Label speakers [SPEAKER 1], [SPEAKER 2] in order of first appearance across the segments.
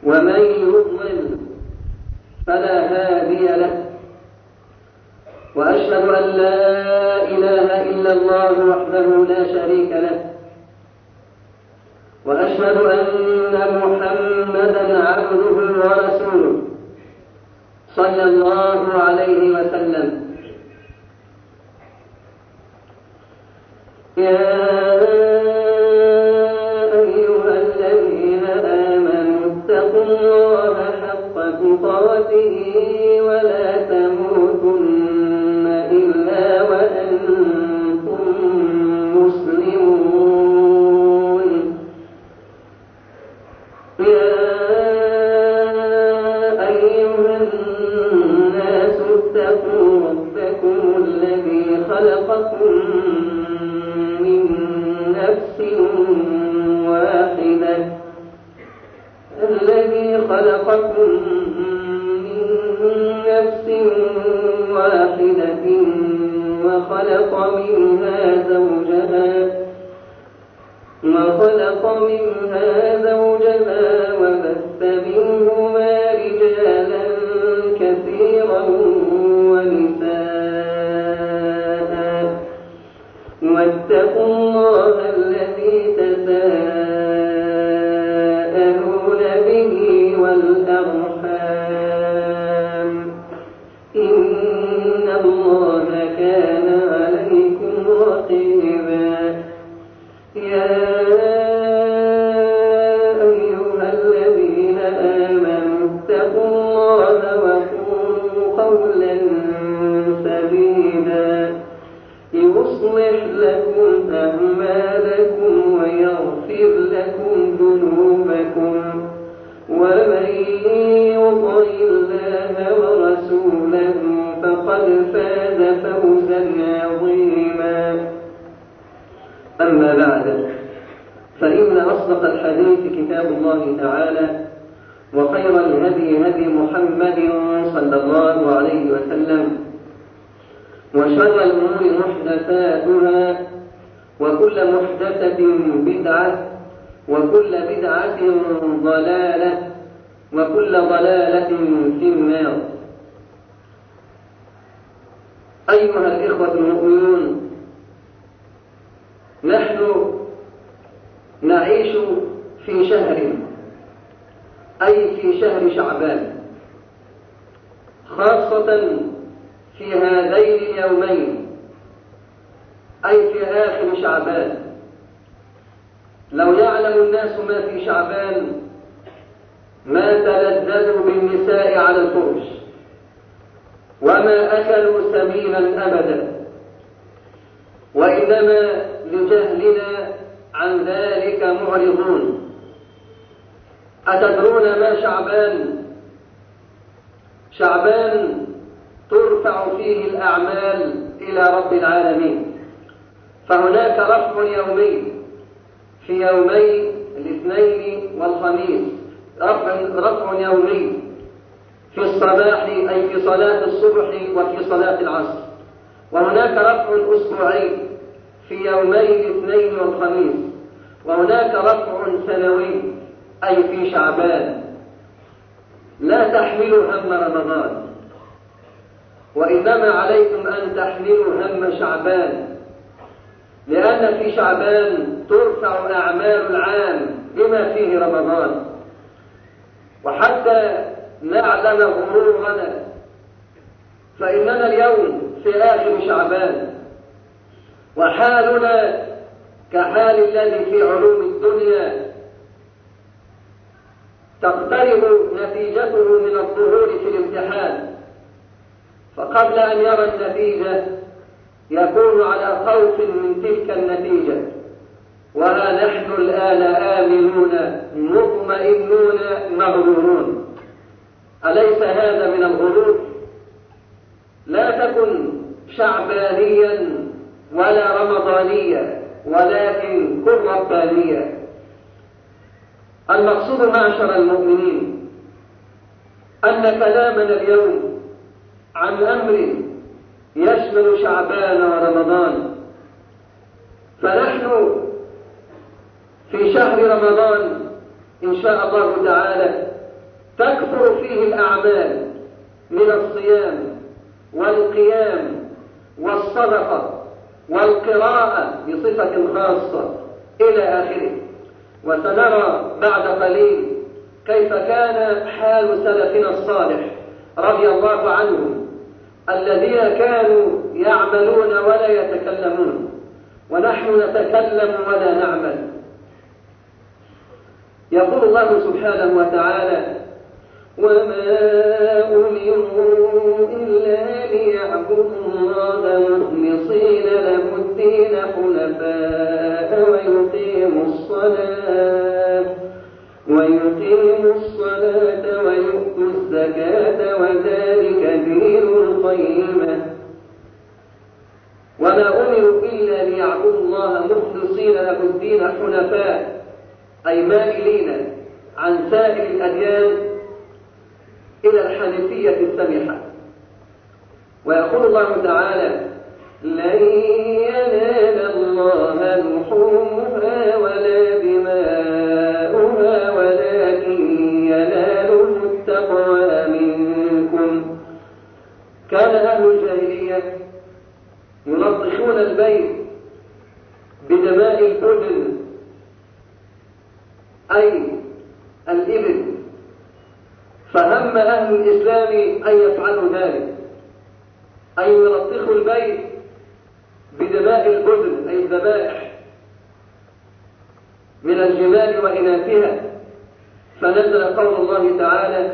[SPEAKER 1] ومن يضلل فلا هادي له، وأشهد أن لا إله إلا الله وحده لا شريك له، وأشهد أن محمدا عبده ورسوله صلى الله عليه وسلم. يا أيها الذين آمنوا اتقوا الله حق تقاته ولا تموتن إلا وأنتم مسلمون. يا أيها الناس اتقوا ربكم الذي خلقكم من نفس واحدة وخلق منها زوجها وبث منهما رجالا كثيرا ونساء، واتقوا الله الذي تساءلون به والأرحام، إن الله كان عليكم رقيبا. يا أيها الذين آمنوا اتقوا الله وقولوا قولا سديدا يصلح لكم أعمالكم ويغفر لكم ذنوبكم، ومن يطع الله ورسوله فقد فاز فوزا عظيما. أما بعد، فإن أصدق الحديث كتاب الله تعالى، وخير الهدي هدي محمد صلى الله عليه وسلم، وشر الأمور محدثاتها، وكل محدثة بدعة، وكل بدعة ضلالة، وكل ضلالة في النار. أيها الإخوة المؤمنون، نحن نعيش في شهر، أي في شهر شعبان، خاصة في هذين اليومين، أي في آخر شعبان. لو يعلم الناس ما في شعبان ما تلذذوا بالنساء على الفرش، وما أكلوا سمينا أبدا، وإنما لجهلنا عن ذلك معرضون. أتدرون ما شعبان؟ شعبان ترفع فيه الأعمال إلى رب العالمين، فهناك رفع يومي في يومي الاثنين والخميس، رفع يومي في الصباح أي في صلاة الصبح وفي صلاة العصر، وهناك رفع أسبوعي في يومي الاثنين والخميس، وهناك رفع سنوي أي في شعبان. لا تحملوا هم رمضان، وإنما عليكم أن تحملوا هم شعبان، لأن في شعبان ترفع أعمال العام بما فيه رمضان. وحتى نعلم غرورنا، فإننا اليوم في آخر شعبان، وحالنا كحال الذي في علوم الدنيا تقترب نتيجته من الظهور في الامتحان، فقبل أن يرى النتيجة يكون على خوف من تلك النتيجة، وها نحن الآن آمنون مطمئنون مغرورون. أليس هذا من الغرور؟ لا تكن شعبانيا ولا رمضانيا، ولكن كن ربانيا. المقصود معشر المؤمنين أن كلامنا اليوم عن أمر يشمل شعبان ورمضان، فنحن في شهر رمضان إن شاء الله تعالى تكثر فيه الأعمال من الصيام والقيام والصدقة والقراءة بصفة خاصة إلى آخره. وسنرى بعد قليل كيف كان حال سلفنا الصالح رضي الله عنهم الذين كانوا يعملون ولا يتكلمون، ونحن نتكلم ولا نعمل. يقول الله سبحانه وتعالى: وما أمروا إلا ليعبدوا الله مخلصين له الدين حنفاء ويقيموا الصلاة ويؤتوا الزكاة وذلك دين القيمة. وما أمروا إلا ليعبدوا الله مخلصين له الدين حنفاء، أي مائلين عن سائر الأديان إلى الحنيفية السمحة. ويقول الله تعالى: لن ينال الله لحومها ولا دماؤها ولكن يناله التقوى منكم. كان أهل الجاهلية يلطخون البيت بدماء البدن، أي الإبل، فهم أهل الإسلام أن يفعلوا ذلك، أي يلطخوا البيت بدماء البدن، أي الذبائح من الجبال وإناثها. فنزل قول الله تعالى: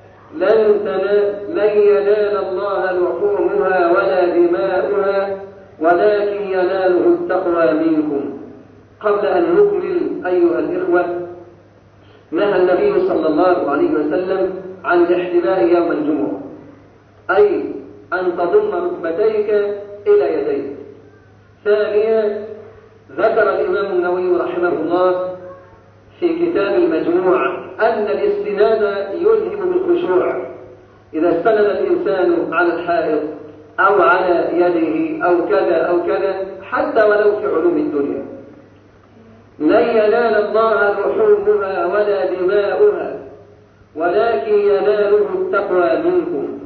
[SPEAKER 1] لن ينال الله لحومها ولا دماؤها ولكن يناله التقوى منكم. قبل أن نكمل أيها الإخوة، نهى النبي صلى الله عليه وسلم عن الاحتباء يوم الجمعة، أي أن تضم ركبتيك إلى يديك. ثانيا، ذكر الإمام النووي رحمه الله في كتاب المجموع أن الاستناد يلهم بالخشوع إذا استند الإنسان على الحائط أو على يده أو كذا أو كذا، حتى ولو في علوم الدنيا. لن ينال الله لحومها ولا دماؤها ولكن يناله التقوى منكم.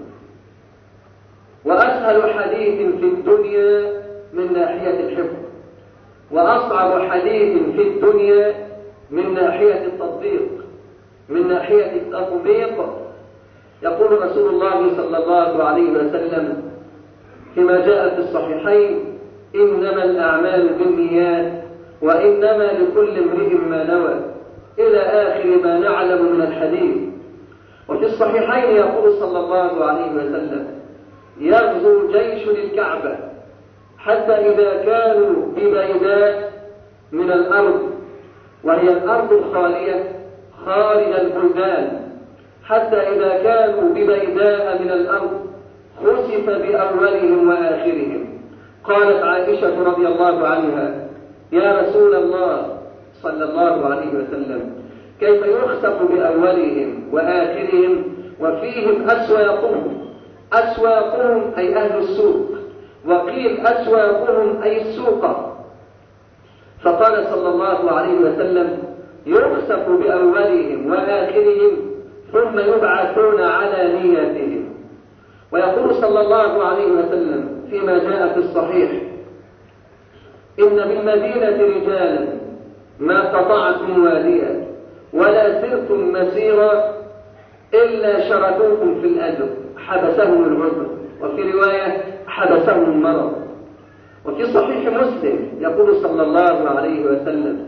[SPEAKER 1] وأسهل حديث في الدنيا من ناحية الحفظ، وأصعب حديث في الدنيا من ناحية التطبيق. من ناحية التطبيق يقول رسول الله صلى الله عليه وسلم فيما جاء في الصحيحين: إنما الأعمال بالنيات وإنما لكل امرئ ما نوى، إلى آخر ما نعلم من الحديث. وفي الصحيحين يقول صلى الله عليه وسلم: يغزو جيش الكعبة حتى إذا كانوا ببيداء من الأرض، وهي الأرض الخالية خارج البلدان، حتى إذا كانوا ببيداء من الأرض خسف بأولهم وآخرهم. قالت عائشة رضي الله عنها: يا رسول الله صلى الله عليه وسلم، كيف يخسف بأولهم وآخرهم وفيهم أسواقهم؟ أسواقهم أي أهل السوق، وقيل أسواقهم أي السوق. فقال صلى الله عليه وسلم: يخسف بأولهم وآخرهم ثم يبعثون على نياتهم. ويقول صلى الله عليه وسلم فيما جاء في الصحيح: إن بالمدينة رجالا ما قطعتم واديا ولا سرتم مسيرا إلا شركوكم في الأجر، حبسهم العذر، وفي رواية حبسهم المرض. وفي صحيح مسلم يقول صلى الله عليه وسلم: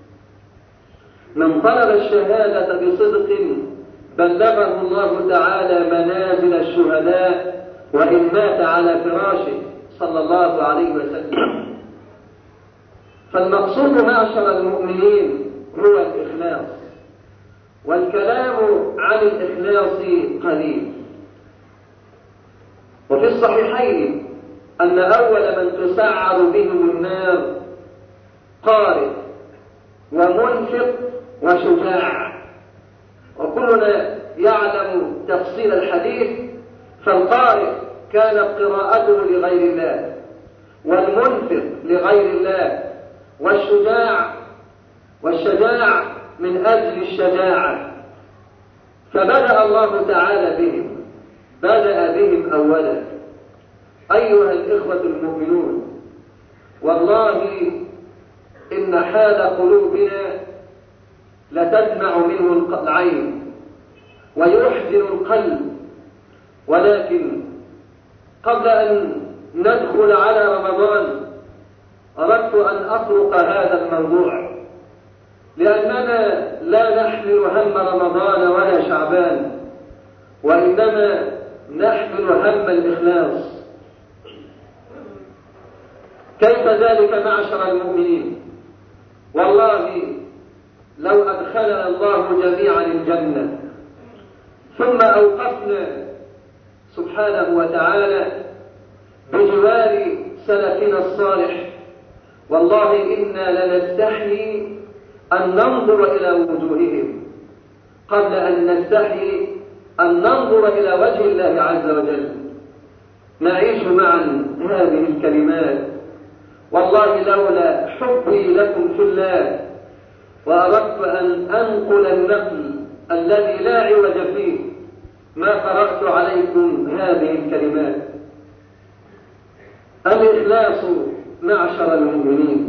[SPEAKER 1] من طلب الشهادة بصدق بلغه الله تعالى منازل الشهداء وإن مات على فراشه، صلى الله عليه وسلم. فالمقصود معشر المؤمنين هو الإخلاص، والكلام عن الإخلاص قليل. وفي الصحيحين أن أول من تسعر بهم النار قارئ ومنفق وشجاع، وكلنا يعلم تفصيل الحديث. فالقارئ كانت قراءته لغير الله، والمنفق لغير الله، والشجاع من أجل الشجاعة. فبدأ الله تعالى بهم، بدأ بهم أولا. أيها الإخوة المؤمنون، والله إن حال قلوبنا لتدمع منه العين ويحزن القلب، ولكن قبل أن ندخل على رمضان أردت أن أطرق هذا الموضوع، لأننا لا نحمل هم رمضان ولا شعبان، وإنما نحمل هم الإخلاص. كيف ذلك معشر المؤمنين؟ والله لو أدخلنا الله جميعا الجنة ثم أوقفنا سبحانه وتعالى بجوار سلفنا الصالح، والله إنا لنستحيي أن ننظر إلى وجوههم قبل أن نستحيي أن ننظر إلى وجه الله عز وجل. نعيش معا هذه الكلمات، والله لولا حبي لكم في الله وأردت أن أنقل النقل الذي لا عوج فيه ما قرأت عليكم هذه الكلمات. الإخلاص معشر المؤمنين.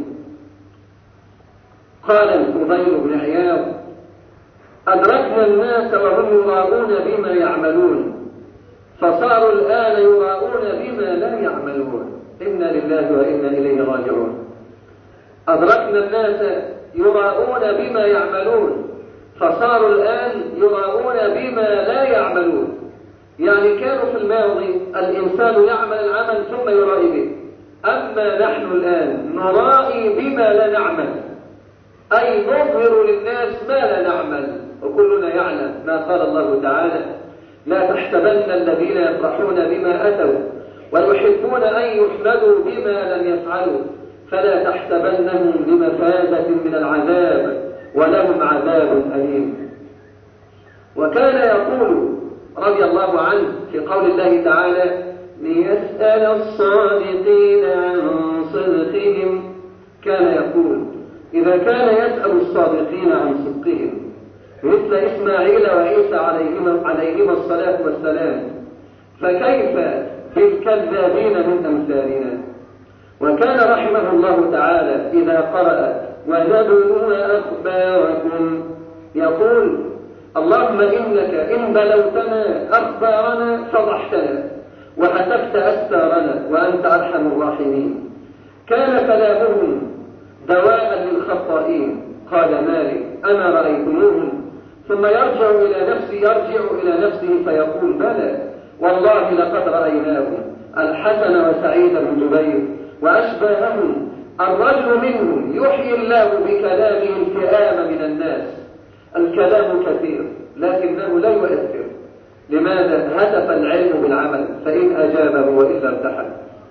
[SPEAKER 1] قال الفضيل بن عياض: أدركنا الناس وهم يراؤون بما يعملون، فصاروا الآن يراؤون بما لا يعملون. إنا لله وإنا إليه راجعون. أدركنا الناس يراؤون بما يعملون، فصاروا الآن يراؤون بما لا يعملون. يعني كانوا في الماضي الإنسان يعمل العمل ثم يرائي به، أما نحن الآن نرائي بما لا نعمل، أي نظهر للناس ما لا نعمل، وكلنا يعلم ما قال الله تعالى: لا تحسبن الذين يفرحون بما أتوا ويحبون أن يحمدوا بما لم يفعلوا فلا تحسبنهم بمفازة من العذاب ولهم عذاب أليم. وكان يقول رضي الله عنه في قول الله تعالى: ليسأل الصادقين عن صدقهم. كان يقول إذا كان يسأل الصادقين عن صدقهم مثل إسماعيل وعيسى عليهما الصلاة والسلام، فكيف بالكذابين من أمثالنا؟ وكان رحمه الله تعالى إذا قرأ: ونبلو أخباركم يقول: اللهم إنك إن بلوتنا أخبارنا فضحتنا وهتكت أستارنا وأنت أرحم الراحمين. كان كلامهم دواء للخطائين. قال مالك: أما رأيتموهم؟ ثم يرجع إلى نفسه فيقول: بلى والله لقد رأيناهم. الحسن وسعيد بن جبير وأشباههم. الرجل منهم يحيي الله بكلامه الفئام من الناس. الكلام كثير لكنه لا يؤثر. لماذا؟ هدف العلم بالعمل، فإن أجابه وإلا ارتحل.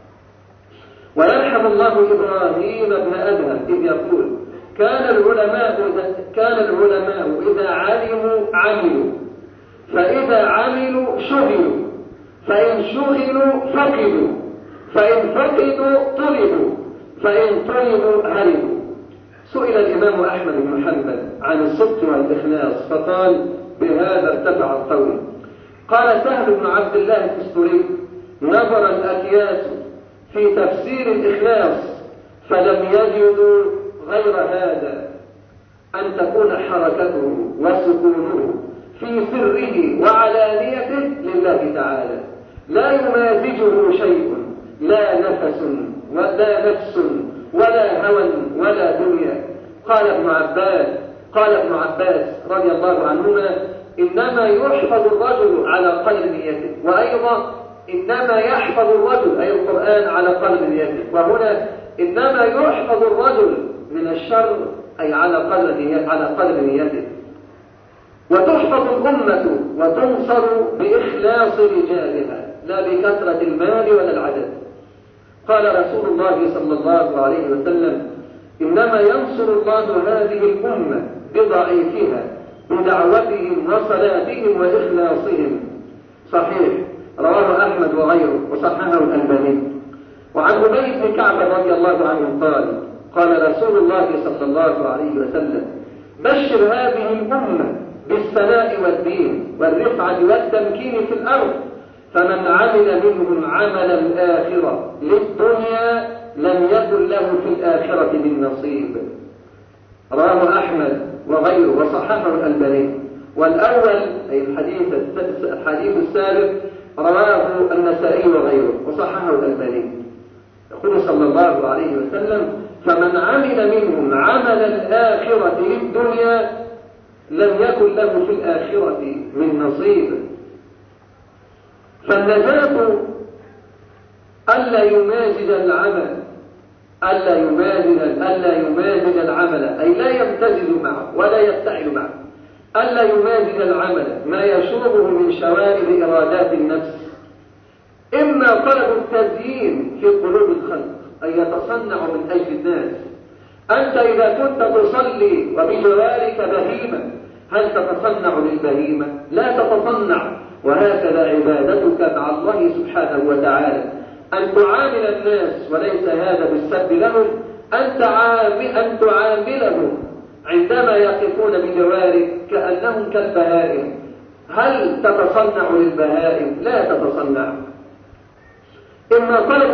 [SPEAKER 1] ويرحم الله إبراهيم بن أدهم إذ يقول: كان العلماء إذا عملوا، فإذا عملوا شغلوا، فإن شغلوا فقدوا، فإن فقدوا طلبوا، فإن طلبوا هربوا. سئل الإمام أحمد بن حنبل عن الصدق والإخلاص فقال: بهذا ارتفع القول. قال سهل بن عبد الله التستري: نظر الأكياس في تفسير الإخلاص فلم يجدوا غير هذا: أن تكون حركته وسكونه في سره وعلانيته لله تعالى، لا يمازجه شيء، لا نفس ولا نفس ولا هوى ولا دنيا. قال ابن عباس رضي الله عنهما: إنما يحفظ الرجل على قدر نيته. وأيضا إنما يحفظ الرجل أي القرآن على قدر نيته. وهنا إنما يحفظ الرجل من الشر أي على قدر نيته. وتحفظ الأمة وتنصر بإخلاص رجالها لا بكثرة المال ولا العدد. قال رسول الله صلى الله عليه وسلم: إنما ينصر الله هذه الأمة بضعيفها بدعوتهم وصلاتهم وإخلاصهم. صحيح، رواه أحمد وغيره وصححه الألباني. وعن أبي بن كعب رضي الله عنه قال رسول الله صلى الله عليه وسلم: بشر هذه الأمة الثناء والدين والرفعة والتمكين في الأرض، فمن عمل منهم عمل الآخرة للدنيا لم يكن له في الآخرة من نصيب. رواه أحمد وغيره وصححه الألباني. والأول أي الحديث السابق رواه النسائي وغيره وصححه الألباني. يقول صلى الله عليه وسلم: فمن عمل منهم عمل الآخرة للدنيا لم يكن له في الآخرة من نصيب. فالنجاة ألا يمازج العمل، ألا يمازج العمل، أي لا يمتزج معه ولا يفتعل معه. ألا يمازج العمل ما يشوبه من شوائب إرادات النفس، إما طلب التزيين في قلوب الخلق أن يتصنع من أجل الناس. أنت إذا كنت تصلي وبجوارك بهيمة، هل تتصنع للبهيمة؟ لا تتصنع. وهكذا عبادتك مع الله سبحانه وتعالى، أن تعامل الناس وليس هذا بالسب لهم، أن تعاملهم عندما يقفون بجوارك كأنهم كالبهائم. هل تتصنع للبهائم؟ لا تتصنع. إما طلب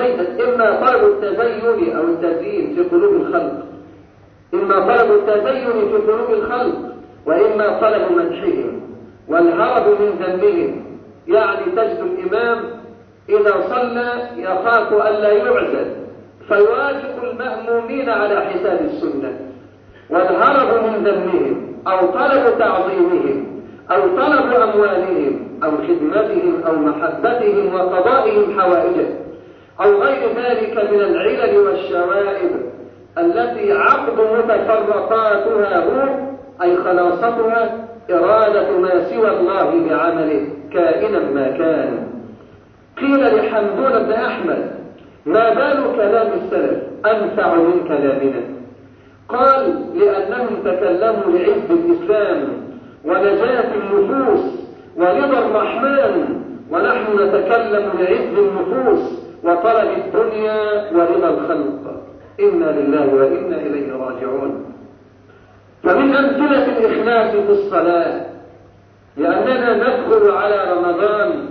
[SPEAKER 1] التزين أو التزيين في قلوب الخلق، إما طلب التزين في قلوب الخلق، وإما طلب مدحهم والهرب من ذنبهم. يعني تجد الإمام إذا صلى يخاف ألا يعزل فيوافق المأمومين على حساب السنة، والهرب من ذنبهم أو طلب تعظيمهم أو طلب أموالهم أو خدمتهم أو محبتهم وقضائهم حوائجه أو غير ذلك من العلل والشوائب التي عقد متفرقاتها هو أي خلاصتها إرادة ما سوى الله بعمله كائنا ما كان. قيل لحمدون بن أحمد: ما بال كلام السلف أنفع من كلامنا؟ قال: لأنهم تكلموا لعز الإسلام ونجاة النفوس ورضا الرحمن، ونحن نتكلم لعز النفوس وطلب الدنيا ورضا الخلق. إنا لله وإنا إليه راجعون. فمن أمثلة الإخلاص في الصلاة، لأننا ندخل على رمضان،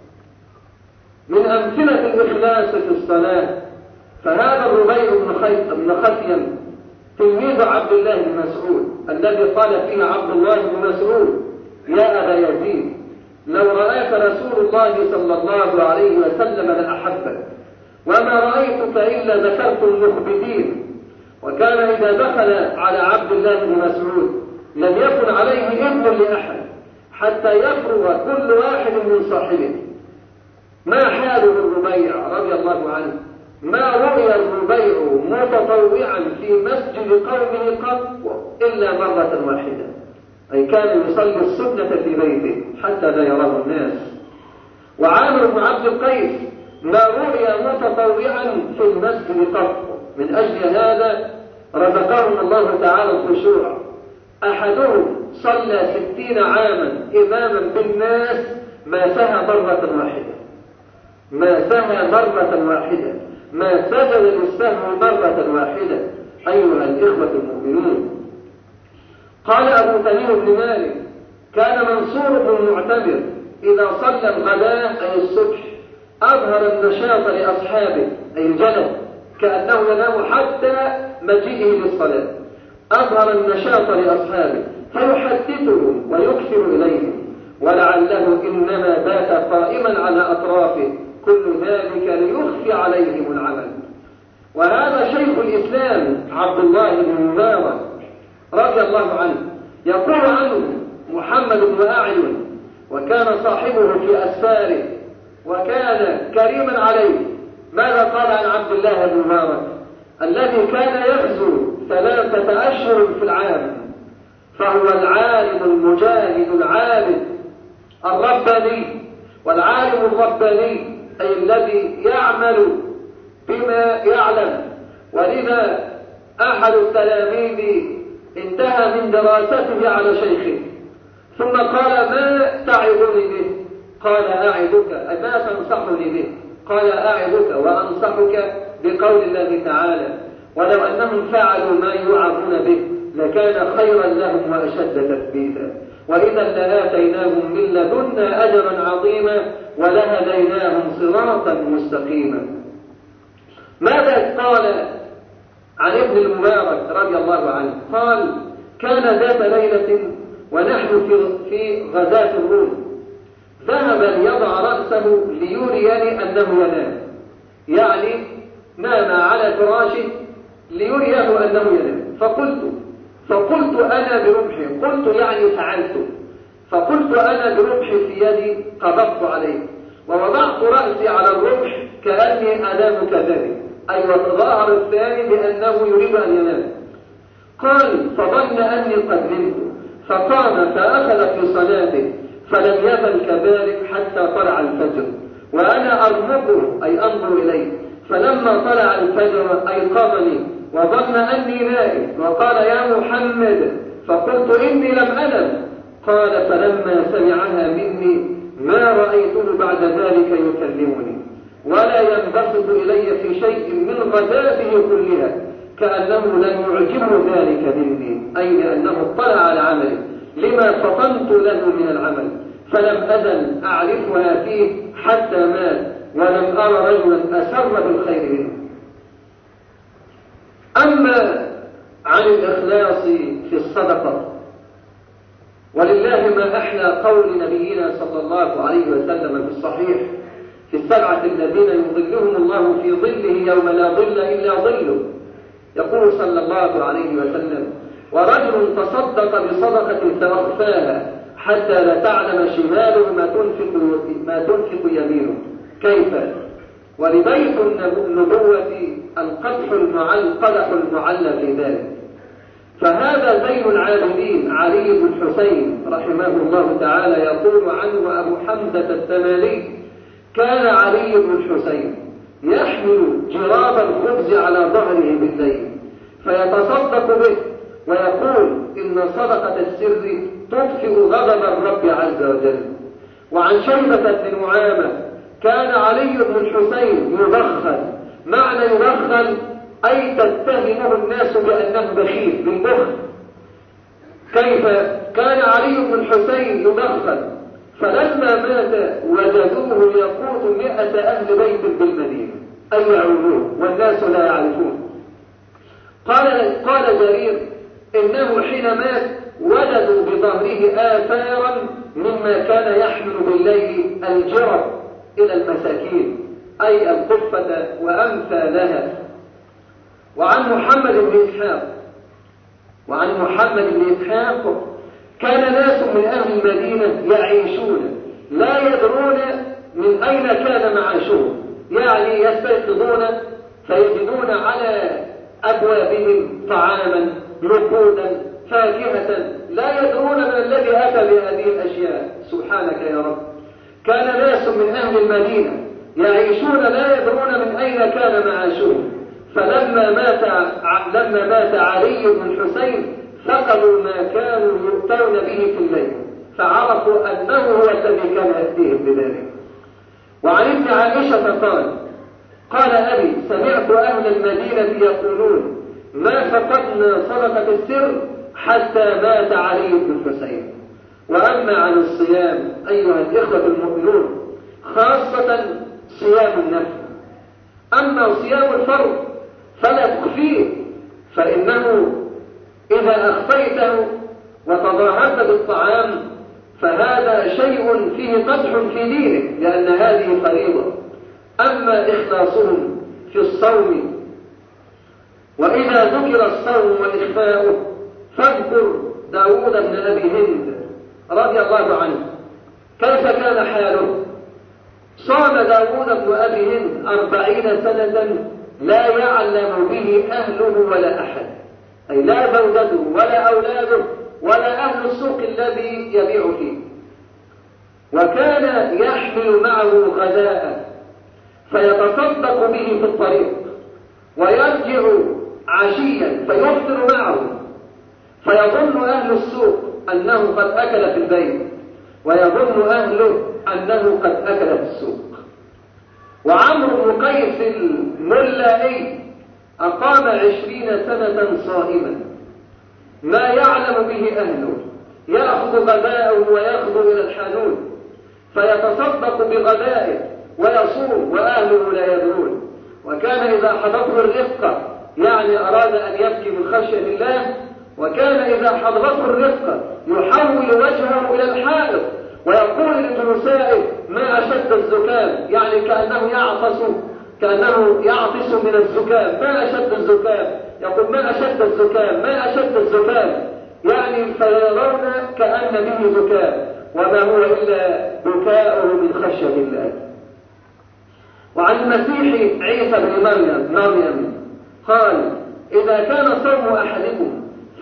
[SPEAKER 1] من أمثلة الإخلاص في الصلاة فهذا الربيع بن خثيم تلميذ عبد الله بن مسعود الذي قال فيه عبد الله بن مسعود: يا أبا يزيد، لو رآك رسول الله صلى الله عليه وسلم لأحبك، وما رأيتك إلا ذكرت المخبتين. وكان إذا دخل على عبد الله بن مسعود لم يكن عليه إذن لأحد حتى يفرغ كل واحد من صاحبه. ما حاله الربيع رضي الله عنه؟ ما رؤي الربيع متطوعا في مسجد قومه قط إلا مرة واحدة، أي كان يصلي السنة في بيته حتى لا يراه الناس. وعامر بن عبد القيس ما رؤي متطوعا في المسجد قط. من أجل هذا رزقهم الله تعالى الخشوع. أحدهم صلى 60 عاما إماما بالناس ما سهى مرة واحدة، ما سجد للسهو مرة واحدة. أيها الإخوة المؤمنون، قال أبو تميم بن مالك: كان منصور بن المعتمر إذا صلى الغداء أي الصبح أظهر النشاط لأصحابه أي الجلد، كأنه ينام حتى مجيئه للصلاة. أظهر النشاط لأصحابه فيحدثهم ويكثر إليهم، ولعله إنما بات قائما على أطرافه، كل ذلك ليخفي عليهم العمل. وهذا شيخ الإسلام عبد الله بن مبارك رضي الله عنه يقول عنه محمد بن أعين، وكان صاحبه في أسفاره وكان كريما عليه. ماذا قال عن عبد الله بن مبارك الذي كان يغزو 3 أشهر في العام؟ فهو العالم المجاهد العابد الرباني. والعالم الرباني أي الذي يعمل بما يعلم. ولذا أحد التلاميذ انتهى من دراسته على شيخه ثم قال: ما تعظني به؟ قال: أعظك. ما تنصحني به؟ قال: أعظك وأنصحك بقول الله تعالى: ولو أنهم فعلوا ما يوعظون به لكان خيرا لهم وأشد تثبيتا، وإذا لآتيناهم من لدنا أجرا عظيما ولهديناهم صراطا مستقيما. ماذا قال عن ابن المبارك رضي الله عنه؟ قال: كان ذات ليلة ونحن في غزاة الروم، ذهب ليضع رأسه ليريني أنه ينام، يعني نام على فراشه ليريه أنه ينام. فقلت أنا برمحي، قلت يعني فعلت، فقلت أنا برمحي في يدي قبضت عليه ووضعت رأسي على الرمح كأني أنام كذلك، أي وتظاهر الثاني بأنه يريد أن ينام. قال: فظن أني قد نمت، فقام فأخذ في صلاته، فلم يزل كذلك حتى طلع الفجر وأنا أرمقه أي أنظر إليه، فلما طلع الفجر أيقظني وظن أني نائم وقال: يا محمد، فقلت: إني لم أنم. قال: فلما سمعها مني ما رأيته بعد ذلك يكلمني ولا ينبسط إلي في شيء من غزاته كلها، كأنه لم يعجبه ذلك مني، أي لأنه اطلع على عمله لما فطنت له من العمل، فلم أزل أعرفها فيه حتى مات، ولم أرى رجلا أسر بالخير منه. أما عن الإخلاص في الصدقة، ولله ما أحلى قول نبينا صلى الله عليه وسلم في الصحيح: في السبعة الذين يظلهم الله في ظله يوم لا ظل إلا ظله. يقول صلى الله عليه وسلم: ورجل تصدق بصدقة فأخفاها حتى لا تعلم شماله ما تنفق يمينه. كيف؟ ولبيت النبوة القدح المعلى في ذلك. فهذا زين العابدين علي بن الحسين رحمه الله تعالى يقول عنه أبو حمزة التمالي: كان علي بن الحسين يحمل جراب الخبز على ظهره بالليل فيتصدق به ويقول: إن صدقة السر تطفئ غضب الرب عز وجل. وعن شيبة بن نعامة: كان علي بن الحسين يبخل. معنى يبخل أي تتهمه الناس بأنه بخيل بالبخل. كيف؟ كان علي بن الحسين يبخل، فلما مات وجدوه يقود 100 أهل بيت بالمدينة، أي يعولوه والناس لا يعرفون. قال جرير: إنه حين مات وجدوا بظهره آثارا مما كان يحمل بالليل الجرب إلى المساكين، أي القفة وأمثالها. وعن محمد بن إسحاق: كان ناس من أهل المدينة يعيشون لا يدرون من أين كان معاشهم، يعني يستيقظون فيجدون على أبوابهم طعاما، نقودا، فاكهة، لا يدرون من الذي أتى بهذه الأشياء. سبحانك يا رب. كان ناس من أهل المدينة يعيشون لا يدرون من أين كان معاشهم، فلما مات علي بن الحسين فقدوا ما كانوا يؤتون به في الليل، فعرفوا أنه هو الذي كان يأتيهم بذلك. وعن ابن عائشة قال أبي: سمعت أهل المدينة يقولون: ما فقدنا صدقة السر حتى مات علي بن الحسين. وأما عن الصيام أيها الإخوة المؤمنون، خاصة صيام النفل، أما صيام الفرض فلا تخفيه، فإنه إذا أخفيته وتظاهرت بالطعام فهذا شيء فيه قدح في دينك، لأن هذه فريضة. أما إخلاصهم في الصوم، وإذا ذكر الصوم وإخفاؤه فاذكر داود بن أبي هند رضي الله عنه كيف كان حاله. صام داود بن أبي هند 40 سنة لا يعلم به أهله ولا أحد، أي لا زوجته ولا أولاده ولا أهل السوق الذي يبيع فيه. وكان يحمل معه غذاء فيتصدق به في الطريق، ويرجع عشيا فيفطر معه، فيظن أهل السوق أنه قد أكل في البيت، ويظن أهله أنه قد أكل في السوق. وعمرو بن قيس الملائي أقام 20 سنة صائما ما يعلم به أهله، يأخذ غداءه ويخلو إلى الحانون فيتصدق بغدائه ويصوم وأهله لا يدرون. وكان إذا حضته الرفقة، يعني أراد أن يبكي من خشية الله، وكان إذا حضته الرفقة يحول وجهه إلى الحائط ويقول لجلسائه ما أشد الزكام، يعني كأنه يعطس من الزكام، ما أشد الزكام، يقول ما أشد الزكام، ما أشد الزكام، يعني فيرون كأن به زكام وما هو إلا بكاؤه من خشية الله. وعن المسيح عيسى بن مريم قال إذا كان صوم أحدكم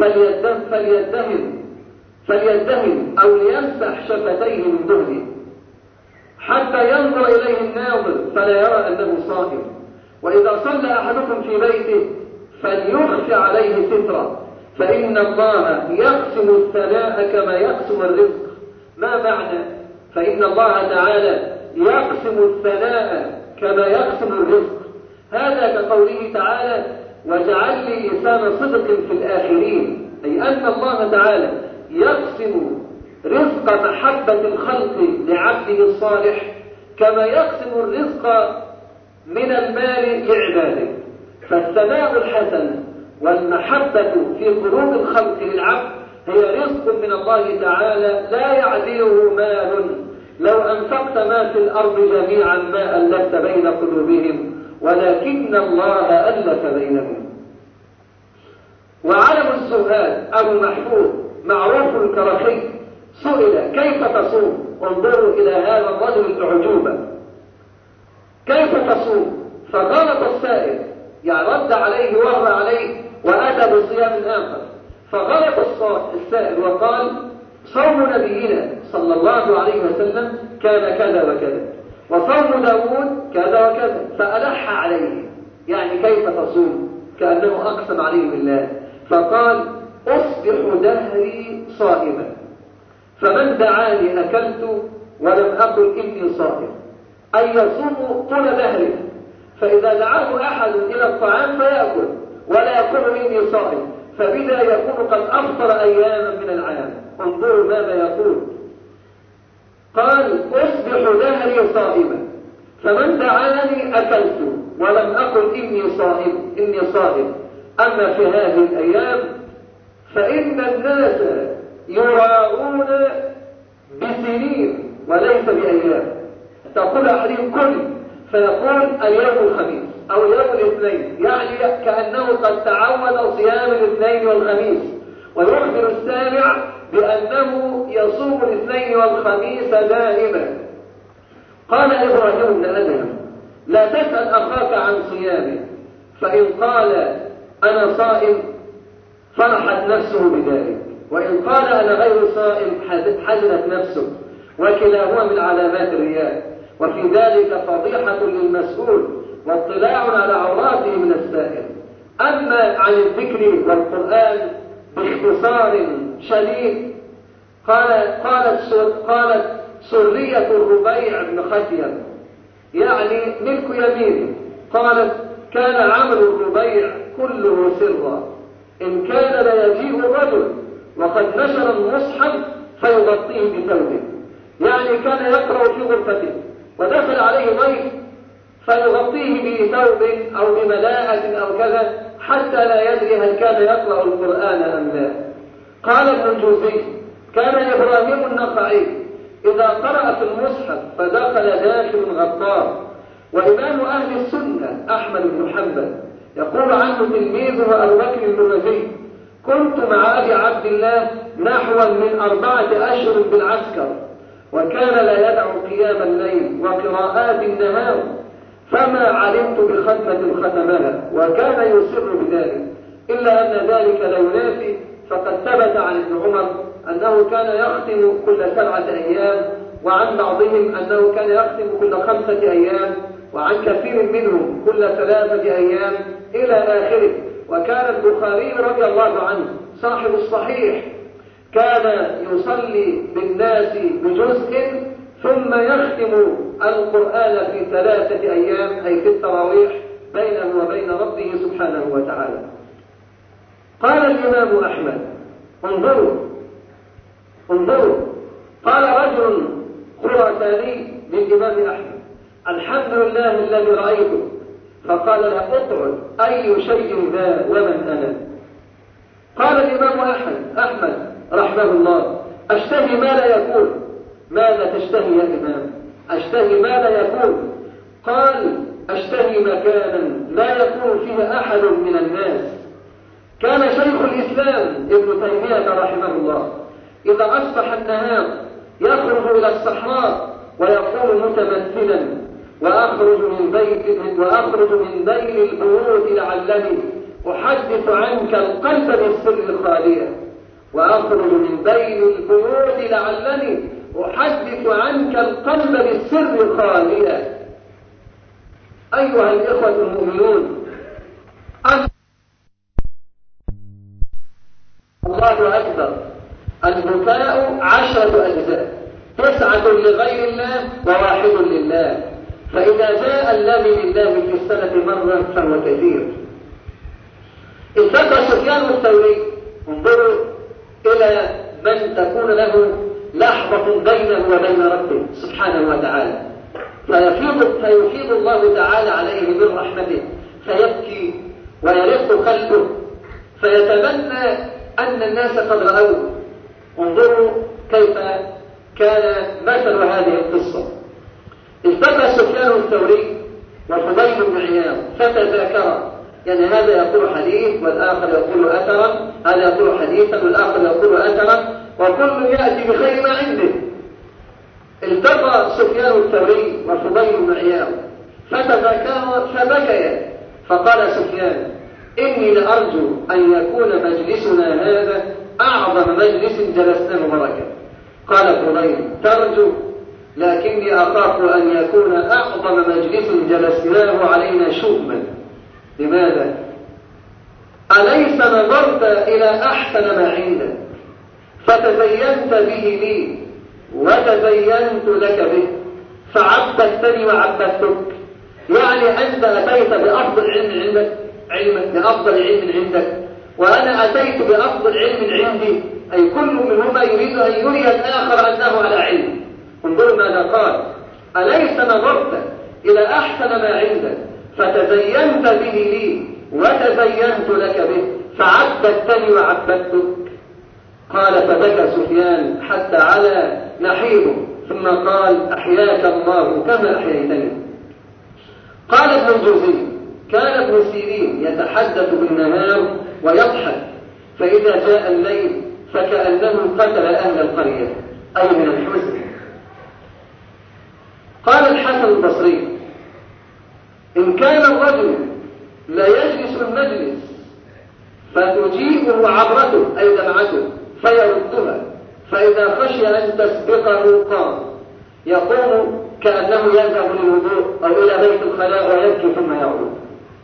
[SPEAKER 1] فليدهن أو ليمسح شفتيه من دهنه حتى ينظر إليه الناظر فلا يرى أنه صائم. وإذا صلى أحدكم في بيته فليخف عليه سترة، فإن الله يقسم الثناء كما يقسم الرزق. ما معنى فإن الله تعالى يقسم الثناء كما يقسم الرزق؟ هذا كقوله تعالى واجعل لي لسان صدق في الآخرين، أي أن الله تعالى يقسم رزق محبة الخلق لعبده الصالح كما يقسم الرزق من المال لعباده. فالثناء الحسن والمحبة في قلوب الخلق للعبد هي رزق من الله تعالى لا يعدله مال، لو أنفقت ما في الأرض جميعا ما ألفت بين قلوبهم ولكن الله ألف بينهم. وعلم الزهاد أبو محفوظ معروف الكرخي سئل كيف تصوم؟ انظروا إلى هذا الرجل الأعجوبة، كيف تصوم؟ فغلط السائل، يعني رد عليه وهو عليه وأتى بصيام آخر، فغلط السائل وقال صوم نبينا صلى الله عليه وسلم كان كذا وكذا، وصوم داود كذا وكذا، فألح عليه، يعني كيف تصوم؟ كأنه أقسم عليه بالله، فقال أصبح دهري صائما، فمن دعاني أكلت ولم أقل إني صائم، أي يصوم طول دهره، فإذا دعاه أحد إلى الطعام فيأكل ولا يقول إني صائم، فبذا يكون قد أفطر أياما من العام. انظروا ماذا يقول، قال أصبح دهري صائما، فمن دعاني أكلت ولم أقل إني صائم. أما في هذه الأيام فإن الناس يراؤون بسنين وليس بأيام، تقول أحدهم كل فيقول اليوم الخميس أو يوم الاثنين، يعني كأنه قد تعود صيام الاثنين والخميس، ويخبر السامع بأنه يصوم الاثنين والخميس دائما. قال إبراهيم بن أدهم لا تسأل أخاك عن صيامه، فإن قال أنا صائم فرحت نفسه بذلك، وإن قال أنا غير صائم حزنت نفسه، وكلاهما من علامات الرياء، وفي ذلك فضيحة للمسؤول واطلاع على عوراته من السائل. أما عن الذكر والقرآن باختصار شديد، قالت سرية الربيع بن خثيم يعني ملك يمينه، قالت كان عمل الربيع كله سرا، إن كان ليجيء الرجل وقد نشر المصحف فيغطيه بثوبه، يعني كان يقرأ في غرفته ودخل عليه ضيف فيغطيه بثوب أو بملاءة أو كذا حتى لا يدري هل كان يقرأ القرآن أم لا. قال ابن الجوزي كان إبراهيم النخعي إذا قرأ في المصحف فدخل داخل غطاه. وإمام أهل السنة أحمد بن حنبل يقول عنه تلميذه أبو بكر المروزي كنت مع أبي عبد الله نحو من 4 أشهر بالعسكر، وكان لا يدع قيام الليل وقراءات النهار، فما علمت بختمة ختمها، وكان يسر بذلك، إلا أن ذلك لا ينافي، فقد ثبت عن ابن عمر أنه كان يختم كل 7 أيام، وعن بعضهم أنه كان يختم كل 5 أيام، وعن كثير منهم كل 3 أيام إلى آخره. وكان البخاري رضي الله عنه صاحب الصحيح كان يصلي بالناس بجزء ثم يختم القرآن في 3 أيام، أي في التراويح بينه وبين ربه سبحانه وتعالى. قال الإمام أحمد انظروا قال رجل خراساني للإمام أحمد: الحمد لله الذي رأيته. فقال له: اقعد، أي شيء ذا ومن أنا؟ قال الإمام أحمد رحمه الله: أشتهي ما لا يكون. ماذا تشتهي يا إمام؟ أشتهي ما لا يكون. قال: أشتهي مكانا لا يكون فيه أحد من الناس. كان شيخ الإسلام ابن تيمية رحمه الله إذا أصبح النهار يخرج إلى الصحراء ويقول متمثلا: وأخرج من بين البيوت لعلني أحدث عنك القلب بالسر خاليا. وأخرج من بين البيوت لعلني أحدث عنك القلب بالسر خاليا. أيها الإخوة المؤمنون، الله أكبر. البكاء 10 أجزاء، 9 لغير الله و1 لله. فإذا جاء الذي لله في السنة مرة فهو كثير. التقى سفيان الثوري، انظروا إلى من تكون له لحظة بينه وبين ربه سبحانه وتعالى، فيفيض الله تعالى عليه من رحمته، فيبكي ويرق قلبه، فيتمنى أن الناس قد رأوه. انظروا كيف كان مثل هذه القصة. التقى سفيان الثوري وفضيل بن عياض فتذاكرا، يعني هذا يقول حديث والآخر يقول أثرا، هذا يقول حديثا والآخر يقول أثرا، وكل يأتي بخير ما عنده. التقى سفيان الثوري وفضيل بن عياض فتذاكرا فبكيا، فقال سفيان: إني لأرجو أن يكون مجلسنا هذا أعظم مجلس جلسناه بركة. قال فضيل: ترجو، لكني أخاف أن يكون أعظم مجلس جلسناه علينا شؤما. لماذا؟ أليس نظرت إلى أحسن ما عندك فتزينت به لي وتزينت لك به، فعبدتني وعبدتك؟ يعني أنت أتيت بأفضل بأفضل علم عندك، وأنا أتيت بأفضل علم عندي، أي كل منهما يريد أن يري الآخر أنه على علم. انظروا ماذا قال: أليس نظرت إلى أحسن ما عندك فتزينت به لي وتزينت لك به، فعبدتني وعبدتك؟ قال: فبكى سفيان حتى على نحيبه، ثم قال: أحياك الله كما أحييتني. قال ابن الجوزي: كان ابن سيرين يتحدث بالنهار ويضحك، فإذا جاء الليل فكأنه قتل أهل القرية، أي من الحزن. قال الحسن البصري: إن كان الرجل لا يجلس المجلس فتجيبه عبرته أي دمعته فيردها، فإذا خشي أن تسبقه قام، يقوم كأنه يذهب للوضوء أو إلى بيت الخلاء ويبكي ثم يعود.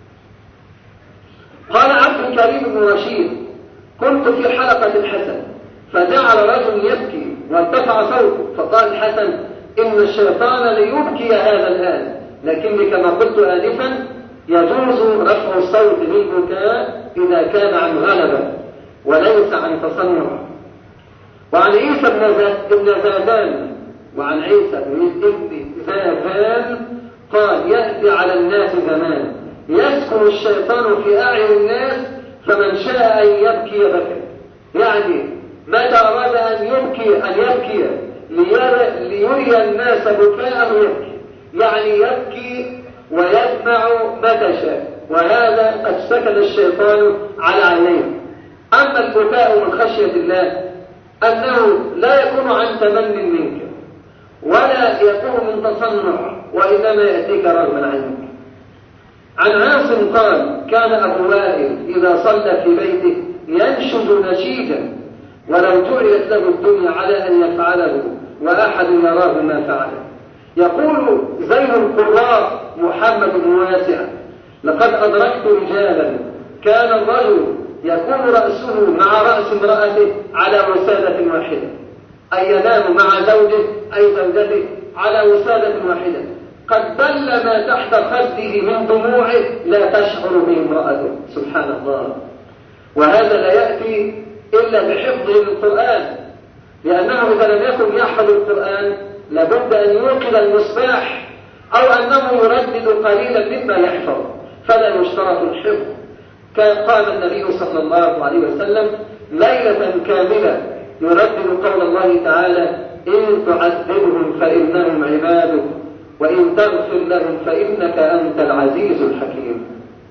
[SPEAKER 1] قال عبد الكريم بن رشيد: كنت في حلقة الحسن فجعل رجل يبكي وارتفع صوته، فقال الحسن: إن الشيطان ليبكي هذا الآن، لكني كما قلت آنفا يجوز رفع الصوت بالبكاء إذا كان عن غلبة وليس عن تصنع. وعن عيسى بن زادان وعن عيسى بن زادان قال: يأتي على الناس زمان يسكن الشيطان في أعين الناس، فمن شاء أن يبكي بكى. يعني متى أراد أن يبكي ليري الناس بكاء يبكي، يعني يبكي ويسمع متى شاء، وهذا قد سكن الشيطان على عينيه. أما البكاء من خشية الله أنه لا يكون عن تمن منك ولا يكون من تصنع، وإنما يأتيك رغما عنك. عن عاصم قال: كان أبو وائل إذا صلى في بيته ينشد نشيدا ولو جعلت له الدنيا على أن يفعله وأحد يراه ما فعله. يقول زين القراء محمد بن واسع: لقد أدركت رجالا كان الرجل يكون رأسه مع رأس امرأته على وسادة واحدة، أي ينام مع زوجه أي زوجته على وسادة واحدة، قد بل ما تحت خده من دموعه لا تشعر به امرأته. سبحان الله. وهذا لا يأتي إلا بحفظه للقرآن، لأنه إذا لم يكن يحفظ القرآن لابد أن يوقد المصباح أو أنه يردد قليلا مما يحفظ، فلا يشترط الحفظ. قال النبي صلى الله عليه وسلم: ليلة كاملة يردد قول الله تعالى: إن تعذبهم فإنهم عبادك وإن تغفر لهم فإنك أنت العزيز الحكيم.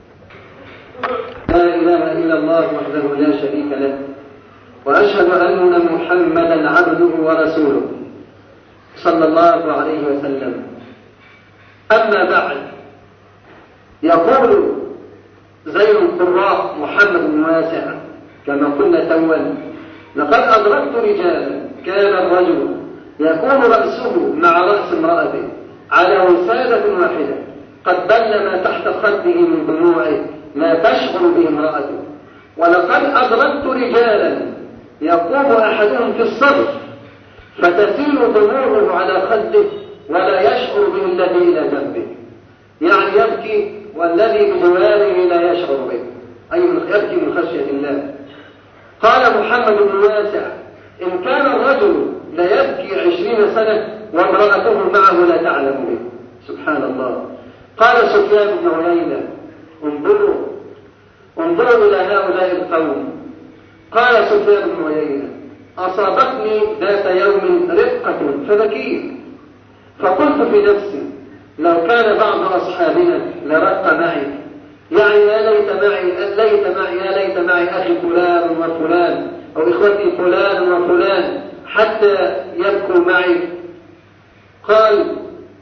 [SPEAKER 1] لا إله إلا الله وحده لا شريك له، وأشهد أن محمدا عبده ورسوله صلى الله عليه وسلم. أما بعد، يقول زين القراء محمد بن واسع كما قلنا توا: لقد أدركت رجالا كان الرجل يكون رأسه مع رأس امرأته على وسادة واحدة قد بل ما تحت خده من دموعه ما تشعر به امرأته، ولقد أدركت رجالا يقوم أحدهم في الصف فتسيل دموعه على خده ولا يشعر به الذي إلى جنبه، يعني يبكي والذي بجواره لا يشعر به، أي يبكي من خشية الله. قال محمد بن واسع: إن كان الرجل لا يبكي 20 سنة وامرأته معه لا تعلم به. سبحان الله. قال سفيان بن عيينة: انظروا إلى هؤلاء القوم. قال سفيان بن عيينة: أصابتني ذات يوم رقة فبكيت، فقلت في نفسي: لو كان بعض أصحابنا لرق معي، يعني يا ليت معي أخي فلان وفلان أو إخوتي فلان وفلان حتى يبكوا معي. قال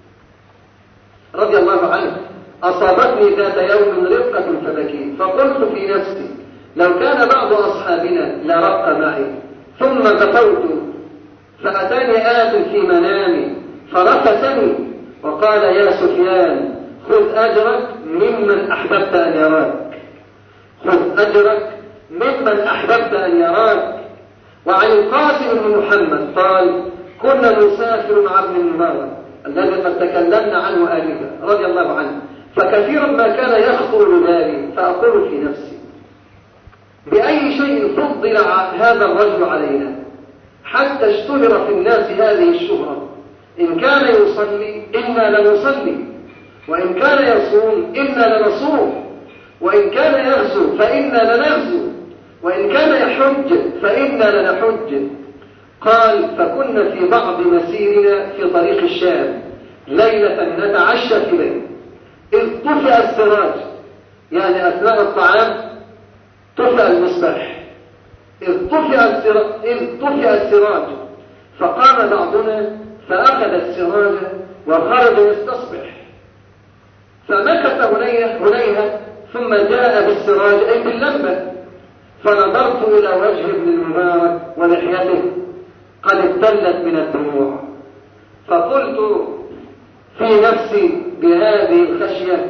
[SPEAKER 1] رضي الله عنه: أصابتني ذات يوم رقة فبكيت، فقلت في نفسي: لو كان بعض أصحابنا لرق معي. ثم غفوت فأتاني آت في منامي فرفسني وقال: يا سفيان، خذ أجرك ممن أحببت أن يراك، خذ أجرك ممن أحببت أن يراك. وعن القاسم بن محمد قال: كنا نسافر مع ابن المبارك الذي قد تكلمنا عنه آنفا رضي الله عنه، فكثيرا ما كان يخطر ببالي فأقول في نفسي: بأي شيء فضل هذا الرجل علينا حتى اشتهر في الناس هذه الشهرة؟ إن كان يصلي إنا لنصلي، وإن كان يصوم إنا لنصوم، وإن كان يغزو فإنا لنغزو، وإن كان يحج فإنا لنحج. قال: فكنا في بعض مسيرنا في طريق الشام ليلة نتعشى في بيت، إذ طفئ السراج، يعني أثناء الطعام طفئ المصباح، إذ طفئ السراج، فقام بعضنا فأخذ السراج وخرج يستصبح، فمكث هنيهة ثم جاء بالسراج أي باللمبة، فنظرت إلى وجه ابن المبارك ولحيته قد ابتلت من الدموع، فقلت في نفسي بهذه الخشية: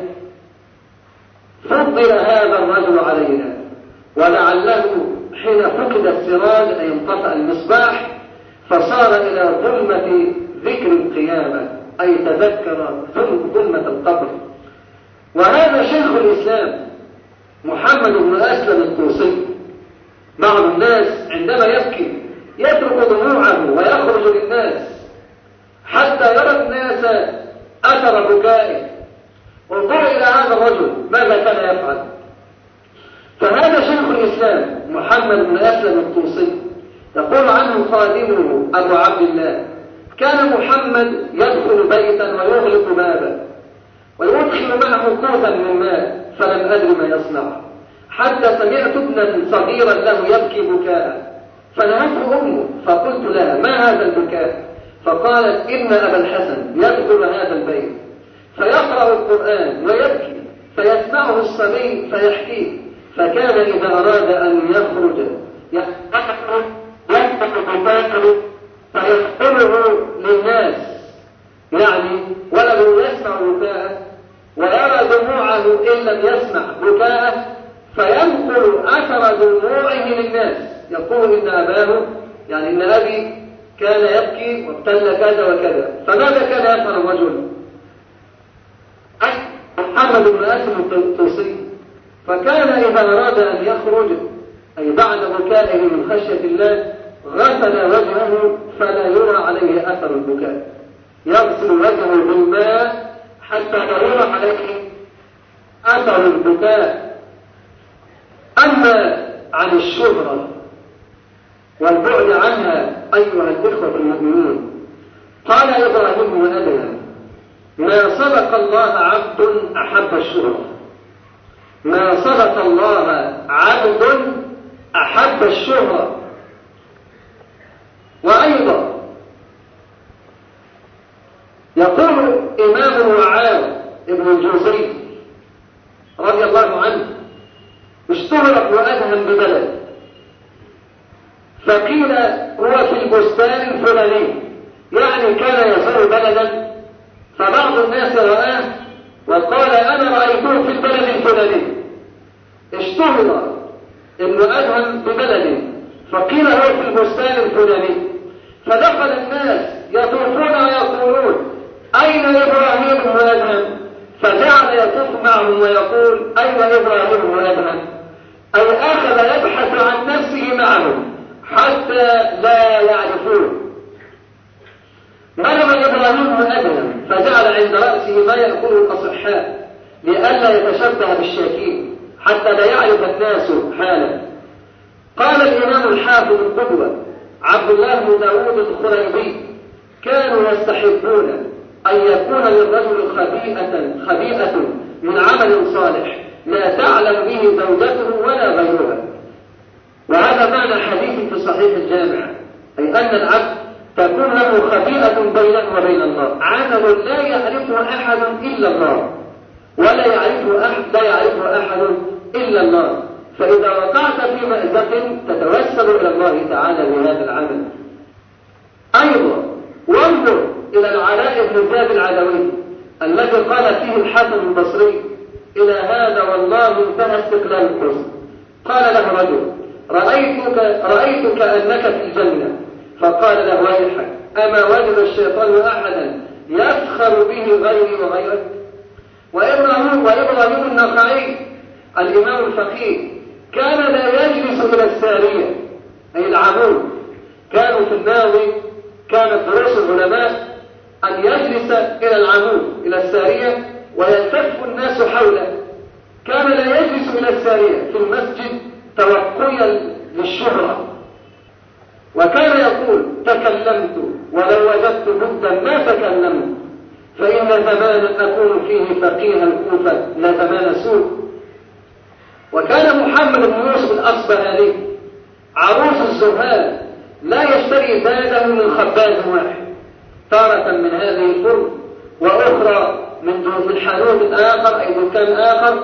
[SPEAKER 1] فضل هذا الرجل علينا، ولعله حين فقد السراج أي انطفأ المصباح فصار إلى ظلمة ذكر القيامة، أي تذكر ظلمة القبر. وهذا شيخ الإسلام محمد بن أسلم الطوسي. بعض الناس عندما يبكي يترك دموعه ويخرج للناس حتى يرى الناس أثر بكائه. انظر إلى هذا الرجل ماذا كان يفعل. فهذا شيخ الإسلام محمد بن أسلم الطوسي يقول عنه خادمه أبو عبد الله: كان محمد يدخل بيتا ويغلق بابا ويدخل معه كوزا من ماء، فلم أدري ما يصنع حتى سمعت ابنا صغيرا له يبكي بكاء، فنهته أمه فقلت لها: ما هذا البكاء؟ فقالت: إن أبا الحسن يدخل هذا البيت فيقرأ القرآن ويبكي، فيسمعه الصبي فيحكيه، فكان إذا أراد أن يخرج يفتح بكاءه فيحقله للناس، يعني ولده يسمع بكاءه ويرى دموعه إن لم يسمع بكاءه فينقل أثر دموعه للناس، يقول: إن أباه، يعني إن أبي كان يبكي وابتل كذا وكذا. فماذا كان يفعل الرجل؟ محمد بن أسلم الطوسي فكان إذا أراد أن يخرج أي بعد بكائه من خشية الله غسل وجهه فلا يرى عليه أثر البكاء، يغسل وجهه بالماء حتى لا يرى عليه أثر البكاء. أما عن الشهرة والبعد عنها أيها الإخوة المؤمنون، قال إبراهيم وأدهم: ما صدق الله عبد أحب الشهرة، ما صدق الله عبد أحب الشهرة. وأيضا يقول إمام معاذ ابن الجوزي رضي الله عنه: اشتهر ابن أدهم ببلد، فقيل هو في البستان الفلاني، يعني كان يزور بلدا فبعض الناس رآه وقال: أنا رأيته في البلد الفلاني. اشتهر ابن أدهم ببلد فقيل هو في البستان الفلاني، فدخل الناس يطوفون ويقولون: أين إبراهيم بن أدهم؟ فجعل يطوف معهم ويقول: أين إبراهيم بن أدهم؟ أي أخذ يبحث عن نفسه معهم حتى لا يعرفوه. مرض إبراهيم بن أدهم فجعل عند رأسه ما يأكله الأصحاء لئلا يتشبه بالشاكين حتى لا يعرف الناس حاله. قال الإمام الحافظ القدوة عبد الله بن داود الخريبي: كانوا يستحبون أن يكون للرجل خبيئة من عمل صالح لا تعلم به زوجته ولا غيرها. وهذا معنى حديث في صحيح الجامع، أي أن العبد تكون له خبيئة بينه وبين الله، عمل لا يعرفه أحد إلا الله، ولا يعرفه أحد إلا الله، فإذا وقعت في مأزق تتوسل إلى الله تعالى بهذا العمل. أيضا وانظر إلى العلاء بن زياد العدوي الذي قال فيه الحسن البصري: إلى هذا والله انتهى استقلال الحسن. قال له رجل: رأيتك أنك في الجنة، فقال له: ويحك، أما وجد الشيطان أحدا يفخر به غيري وغيرك؟ وإبراهيم النخعي الإمام الفقيه كان لا يجلس إلى السارية، أي العمود. كانوا في الماضي كانت دروس العلماء أن يجلس إلى العمود إلى السارية ويلتف الناس حوله. كان لا يجلس إلى السارية في المسجد توقيا للشهرة، وكان يقول: تكلمت ولو وجدت بدا ما تكلمت، فإن زمانا أكون فيه فقيه الكوفة لا زمان سوء. وكان محمد بن يوسف الأصبهاني عروس الزهاد لا يشتري زاده من خباز واحد، تارة من هذه الفرن وأخرى من حانوت آخر أي دكان آخر،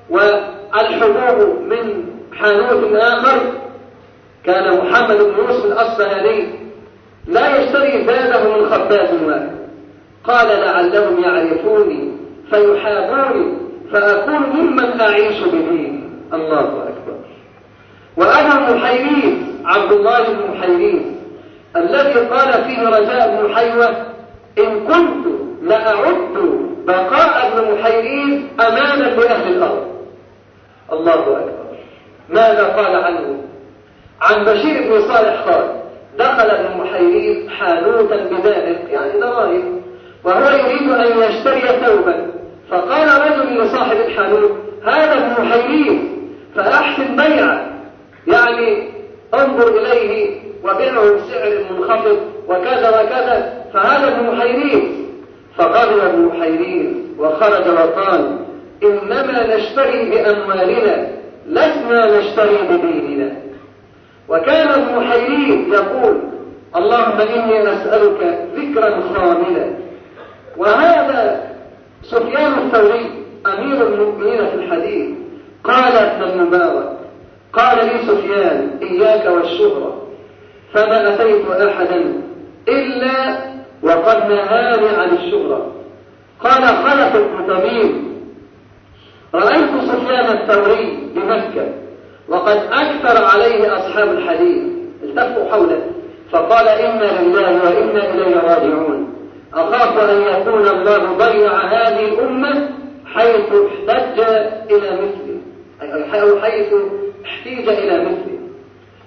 [SPEAKER 1] والحبوب من حانوت آخر. كان محمد بن يوسف الأصبهاني لا يشتري زاده من خباز واحد. قال: لعلهم يعرفوني فيحابوني فأكون ممن أعيش بديني. الله أكبر. وأنا محيريز عبد الله بن محيريز الذي قال فيه رجاء بن حيوة: إن كنت لأعد بقاء ابن محيريز أمانا لأهل الأرض. الله أكبر. ماذا قال عنه؟ عن بشير بن صالح قال: دخل ابن محيريز حانوتا بدائق يعني دراهم، وهو يريد أن يشتري ثوبا، فقال رجل لصاحب الحانوت: هذا ابن محيريز فأحسن بيعه، يعني انظر إليه وبيعه بسعر منخفض وكذا وكذا، فهذا ابن محيريز. فغضب ابن محيريز وخرج وقال: إنما نشتري بأموالنا لسنا نشتري بديننا. وكان ابن محيريز يقول: اللهم إني أسألك ذكرا خاملا. وهذا سفيان الثوري أمير المؤمنين في الحديث قال: ابن المبارك قال لي سفيان: إياك والشهرة، فما أتيت أحدا إلا وقد نهاني عن الشهرة. قال خلف بن تميم: رأيت سفيان الثوري بمكة وقد أكثر عليه أصحاب الحديث، التفوا حوله، فقال: إنا لله وإنا إليه راجعون، أخاف أن يكون الله ضيع هذه الأمة حيث احتج إلى مثله، أو حيث احتيج إلى مثله.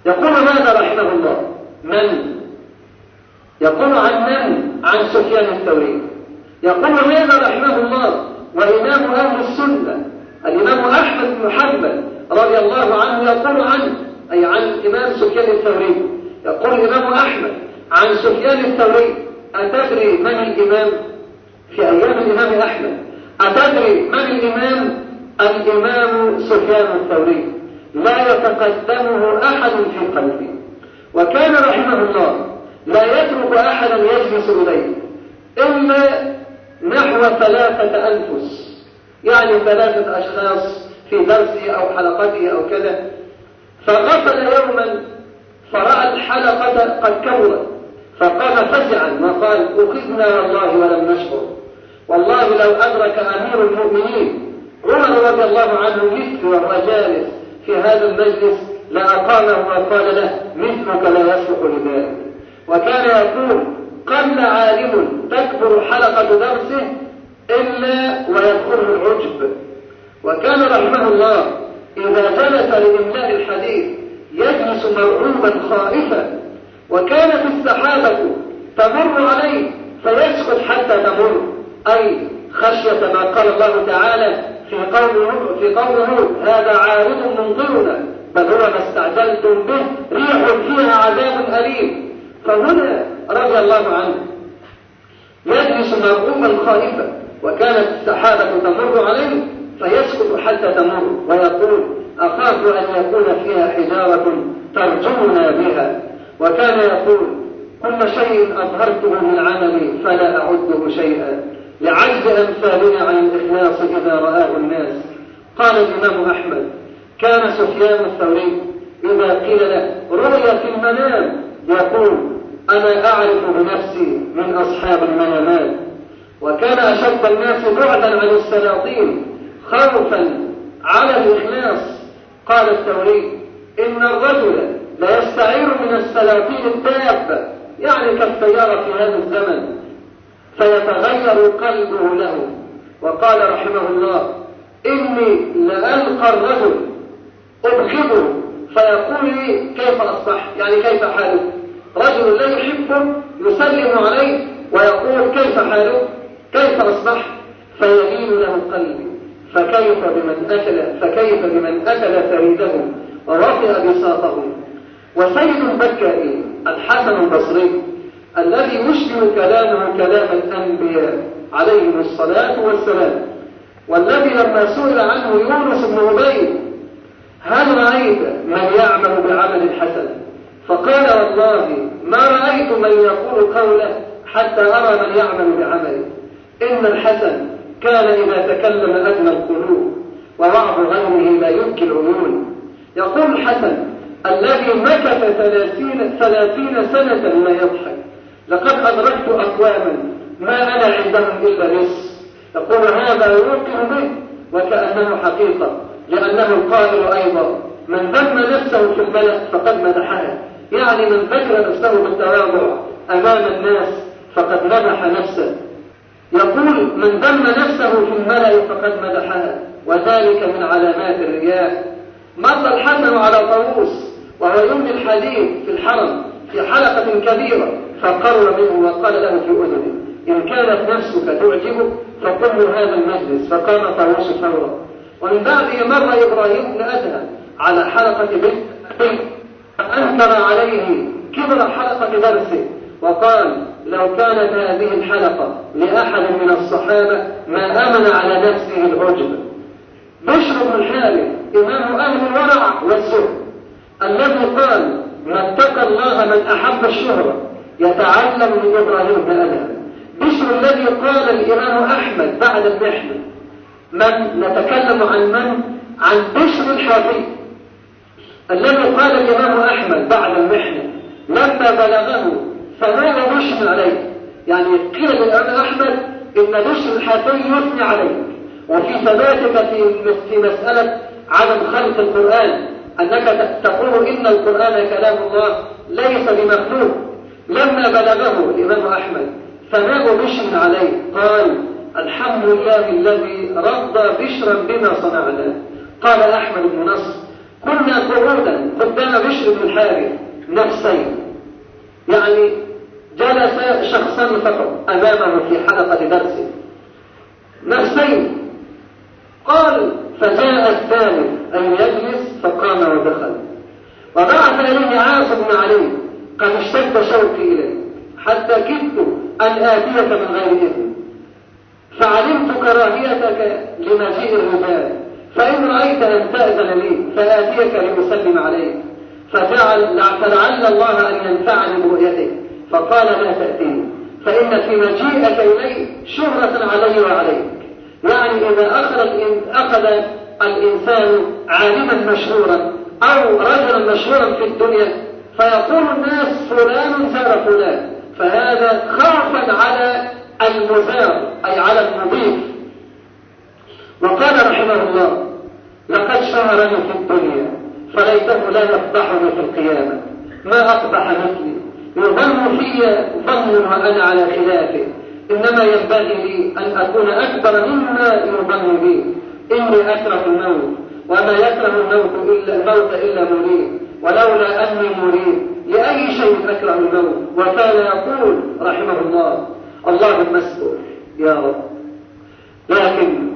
[SPEAKER 1] يقول هذا رحمه الله من؟ يقول عن من؟ عن سفيان الثوري. يقول هذا رحمه الله وإمام أهل السنة الإمام أحمد بن حنبل رضي الله عنه يقول عنه، أي عن الإمام سفيان الثوري. يقول الإمام أحمد عن سفيان الثوري: أتدري من الإمام؟ في أيام الإمام أحمد أتدري من الإمام؟ الإمام سفيان الثوري، لا يتقدمه أحد في قلبه. وكان رحمه الله لا يترك أحدا يجلس إليه إلا نحو 3 أنفس، يعني 3 أشخاص في درسه أو حلقته أو كذا. فغفل يوما فرأى الحلقة قد كورت، فقام فزعا وقال: أخذنا والله ولم نشعر. والله لو أدرك أمير المؤمنين عمر رضي الله عنه مثل وهو جالس في هذا المجلس لأقامه وقال له: مثلك لا يصلح لذلك. وكان يقول: قل عالم تكبر حلقة درسه إلا ويدخله العجب. وكان رحمه الله إذا جلس لإملاء الحديث يجلس مرعوبا خائفا، وكانت السحابة تمر عليه فيسكت حتى تمر، أي خشية ما قال الله تعالى في قوم هود: هذا عارض ممطرنا بل هو ما استعجلتم به ريح فيها عذاب أليم. فهنا رضي الله عنه يجلس مرعوبا خائفا، وكانت السحابة تمر عليه فيسكت حتى تمر ويقول: أخاف أن يكون فيها حجارة ترجمنا بها. وكان يقول: كل شيء أظهرته من عملي فلا أعده شيئا لعجز أمثالنا عن الإخلاص إذا رآه الناس. قال الإمام أحمد: كان سفيان الثوري إذا قيل له رؤيا في المنام يقول: أنا أعرف بنفسي من أصحاب المنامات. وكان أشد الناس بعدا عن السلاطين خوفا على الإخلاص. قال الثوري: إن الرجل لا يستعير من السلاطين الدابة، يعني كالسيارة في هذا الزمن، فيتغير قلبه له. وقال رحمه الله: إني لألقى الرجل أبغضه فيقول لي: كيف أصبح؟ يعني كيف حالك؟ رجل لا يحبه يسلم عليه ويقول: كيف حالك؟ كيف أصبح؟ فيلين له قلبي. فكيف بمن أكل ثريده ورفع بساطه. وسيد البكائي الحسن البصري الذي يشبه كلامه كلام الأنبياء عليهم الصلاة والسلام، والذي لما سئل عنه يونس بن عبيد: هل رأيت من يعمل بعمل الحسن؟ فقال: والله ما رأيت من يقول قوله حتى أرى من يعمل بعمله. إن الحسن كان إذا تكلم أدنى القلوب، ووعظ غيره لا يبكي العيون. يقول الحسن الذي مكث 30 سنة لا يضحك: لقد أدركت أقواما ما أنا عندهم إلا نصف. يقول هذا يوقع به وكأنه حقيقة، لأنه القائل أيضا: من ذم نفسه في الملأ فقد مدحها، يعني من ذكر نفسه بالتواضع أمام الناس فقد مدح نفسه. يقول: من ذم نفسه في الملأ فقد مدحها، وذلك من علامات الرياء. مر الحسن على طاووس وهو يملي الحديث في الحرم في حلقة كبيرة، فقر منه وقال له في أذنه: إن كانت نفسك تعجبك فقم هذا المجلس. فقام طاووس فورا. ومن بعده مر إبراهيم بن أدهم على حلقة بيت فأنكر عليه كبر حلقة درسه وقال: لو كانت هذه الحلقة لأحد من الصحابة ما أمن على نفسه العجب. بشر بن الحارث إمام أهل الورع والزهد الذي قال: ما اتقى الله من أحب الشهرة يتعلم من إبراهيم بن أدهم. بشر الذي قال الإمام أحمد بعد المحنة. من نتكلم عن بشر الحافي الذي قال الإمام أحمد بعد المحنة لما بلغه ثناء بشر عليه، يعني قيل للإمام أحمد إن بشر الحافي يثني عليه وفي ثباتك في مسألة عدم خلق القرآن، أنك تقول إن القرآن كلام الله ليس بمخلوق. لما بلغه الإمام أحمد ثناء بشر عليه قال: الحمد لله الذي رضى بشرا بما صنعنا. قال أحمد بن نصر: كنا قعودا قدام بشر بن الحارث نفسين، يعني جلس شخصا فقط أمامه في حلقة درسه نفسين. قال فجاء الثالث أن يجلس فقام ودخل، وبعث إليه عاصم بن علي قد اشتد شوقي إليه حتى كدت أن آتيك من غير إذن، فعلمت كراهيتك لمجيء الرجال، فإن رأيت أن تأذن لي فآتيك لأسلم عليك، فلعل الله أن ينفعني برؤيتك. فقال لا تأتيني، فإن في مجيئك إلي شهرة علي وعليك. يعني إذا أخذ الإنسان عالما مشهورا أو رجلا مشهورا في الدنيا فيقول الناس فلان زار فلان، فهذا خوفا على المزار أي على المضيف. وقال رحمه الله لقد شهرني في الدنيا فليته لا يفضحني في القيامة، ما أقبح مثلي، يظن في ظن وأنا على خلافه، إنما ينبغي لي أن أكون أكبر مما يظن بي، إني أكره الموت وما يكره الموت إلا مريد، ولولا أني مريد لأي شيء أكره الموت. وكان يقول رحمه الله اللهم استر يا رب. لكن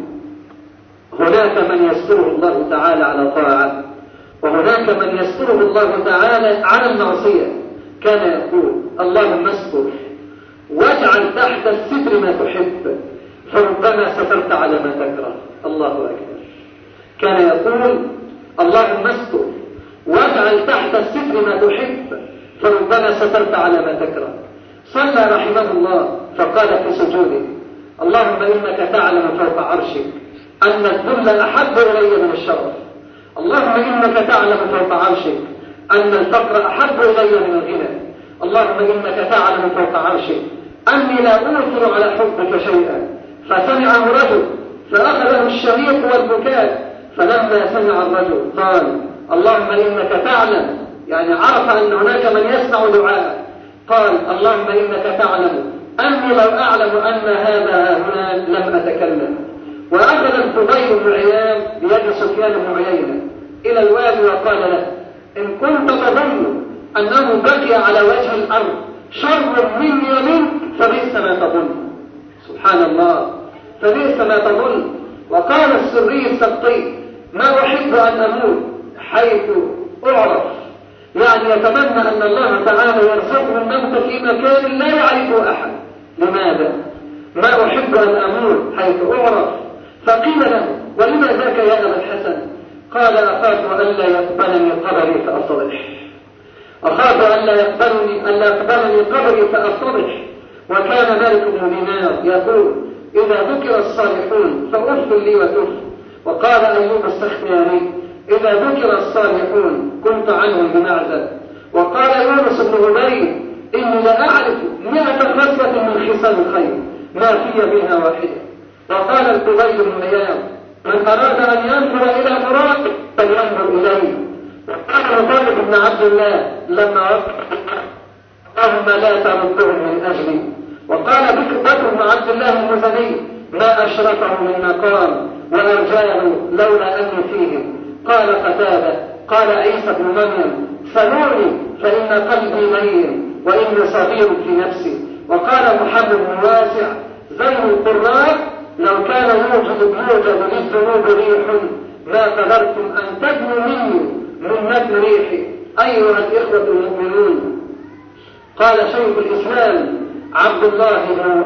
[SPEAKER 1] هناك من يستره الله تعالى على طاعة، وهناك من يستره الله تعالى على المعصية. كان يقول اللهم استر واجعل تحت الستر ما تحب، فربما سترت على ما تكره. الله أكبر. كان يقول اللهم استر واجعل تحت الستر ما تحب، فربما سترت على ما تكره. صلى رحمه الله فقال في سجوده اللهم إنك تعلم فوق عرشك أن الذل أحب إلي من الشرف، اللهم إنك تعلم فوق عرشك أن الفقر أحب إلي من الغنى، اللهم إنك تعلم فوق عرشك أني لا أؤثر على حبك شيئا. فسمعه رجل فأخذه الشهيق والبكاء، فلما سمع الرجل قال اللهم إنك تعلم، يعني عرف أن هناك من يسمع دعاءه، قال اللهم إنك تعلم أني لو أعلم أن هذا هنا لم أتكلم. وأخذ الفضيل بن عياض بيد سفيان بن عيينة إلى الوادي وقال له إن كنت تظن أنه بقي على وجه الأرض شر مني ومنك فبئس ما تظن. سبحان الله، فبئس ما تظن. وقال السري السبطي ما أحب أن أموت حيث أعرف، يعني يتمنى أن الله تعالى يرزقه الموت في مكان لا يعرفه أحد. لماذا؟ ما أحب أن أموت حيث أعرف. فقيل له ولما ذاك يا أبا الحسن؟ قال أخاف ألا يقبلني قبري فأصطلح، أخاف ألا يقبلني قبري فأصطلح. وكان مالك بن دينار يقول إذا ذكر الصالحون فأف لي وتف. وقال أيوب السختياني إذا ذكر الصالحون كنت عنهم بمعزل. وقال يونس بن عبيد إني لا أعرف 100 خصلة من خصال الخير ما في منها واحدة. وقال الفضيل بن عياض من أراد أن ينظر إلى مراد فلينظر إليه. وقال مطالب بن عبد الله لما وقف اللهم لا تردهم من أجلي. وقال بكر بن عبد الله المزني ما أشرفه من مقام وأرجاه لولا أني فيهم. قال قتادة قال عيسى بن مريم سلوني فإن قلبي لين وإني صغير في نفسي. وقال محمد بن واسع زين القراء لو كان يوجد للذنوب ريح ما قدرتم أن تدنوا مني من نتن ريحي أيها الإخوة المؤمنون. قال شيخ الإسلام عبد الله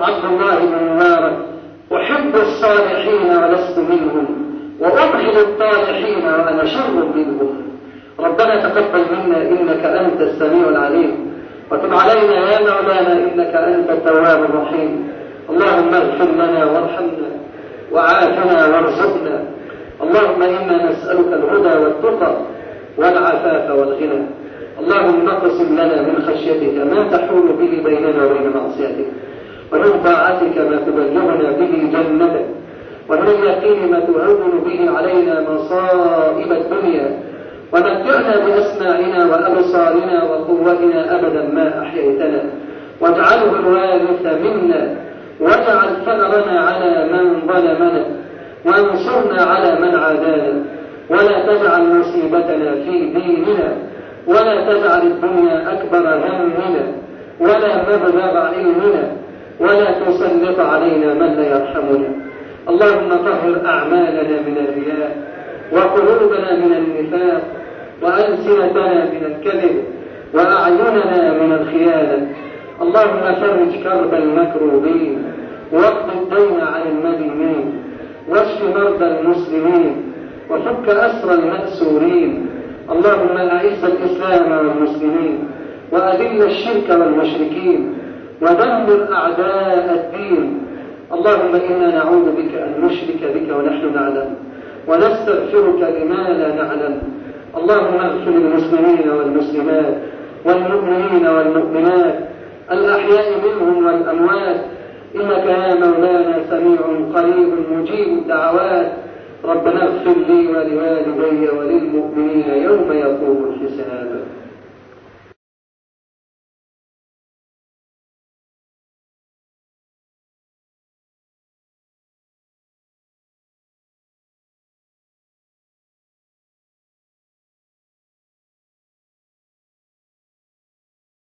[SPEAKER 1] بن مبارك أحب الصالحين ولست منهم وأبغض الطالحين وأنا شر منهم. ربنا تقبل منا إنك أنت السميع العليم، وتب علينا يا مولانا إنك أنت التواب الرحيم. اللهم اغفر لنا وارحمنا وعافنا وارزقنا. اللهم إنا نسألك الهدى والتقى والعفاف والغنى. اللهم اقسم لنا من خشيتك ما تحول به بيننا وبين معصيتك، ومن طاعتك ما تبلغنا به جنتك، ومن اليقين ما تهون به علينا مصائب الدنيا، ومتعنا بأسماعنا وأبصارنا وقوتنا أبدا ما أحييتنا، واجعله الوارث منا، واجعل ثأرنا على من ظلمنا، وانصرنا على من عادانا، ولا تجعل مصيبتنا في ديننا، ولا تجعل الدنيا أكبر همنا ولا مبلغ علمنا، ولا تسلط علينا من لا يرحمنا. اللهم طهر أعمالنا من الرياء، وقلوبنا من النفاق، وألسنتنا من الكذب، وأعيننا من الخيانة. اللهم فرج كرب المكروبين، واقض الدين عن المدينين، واشف مرضى المسلمين، وفك أسر المأسورين. اللهم أعز الإسلام والمسلمين، وأذل الشرك والمشركين، ودمر أعداء الدين. اللهم إنا نعوذ بك أن نشرك بك ونحن نعلم، ونستغفرك لما لا نعلم. اللهم اغفر للمسلمين والمسلمات والمؤمنين والمؤمنات الأحياء منهم والأموات، إنك يا مولانا سميع قريب مجيب الدعوات. ربنا اغفر لي ولوالدي وللمؤمنين يوم يقوم الحساب.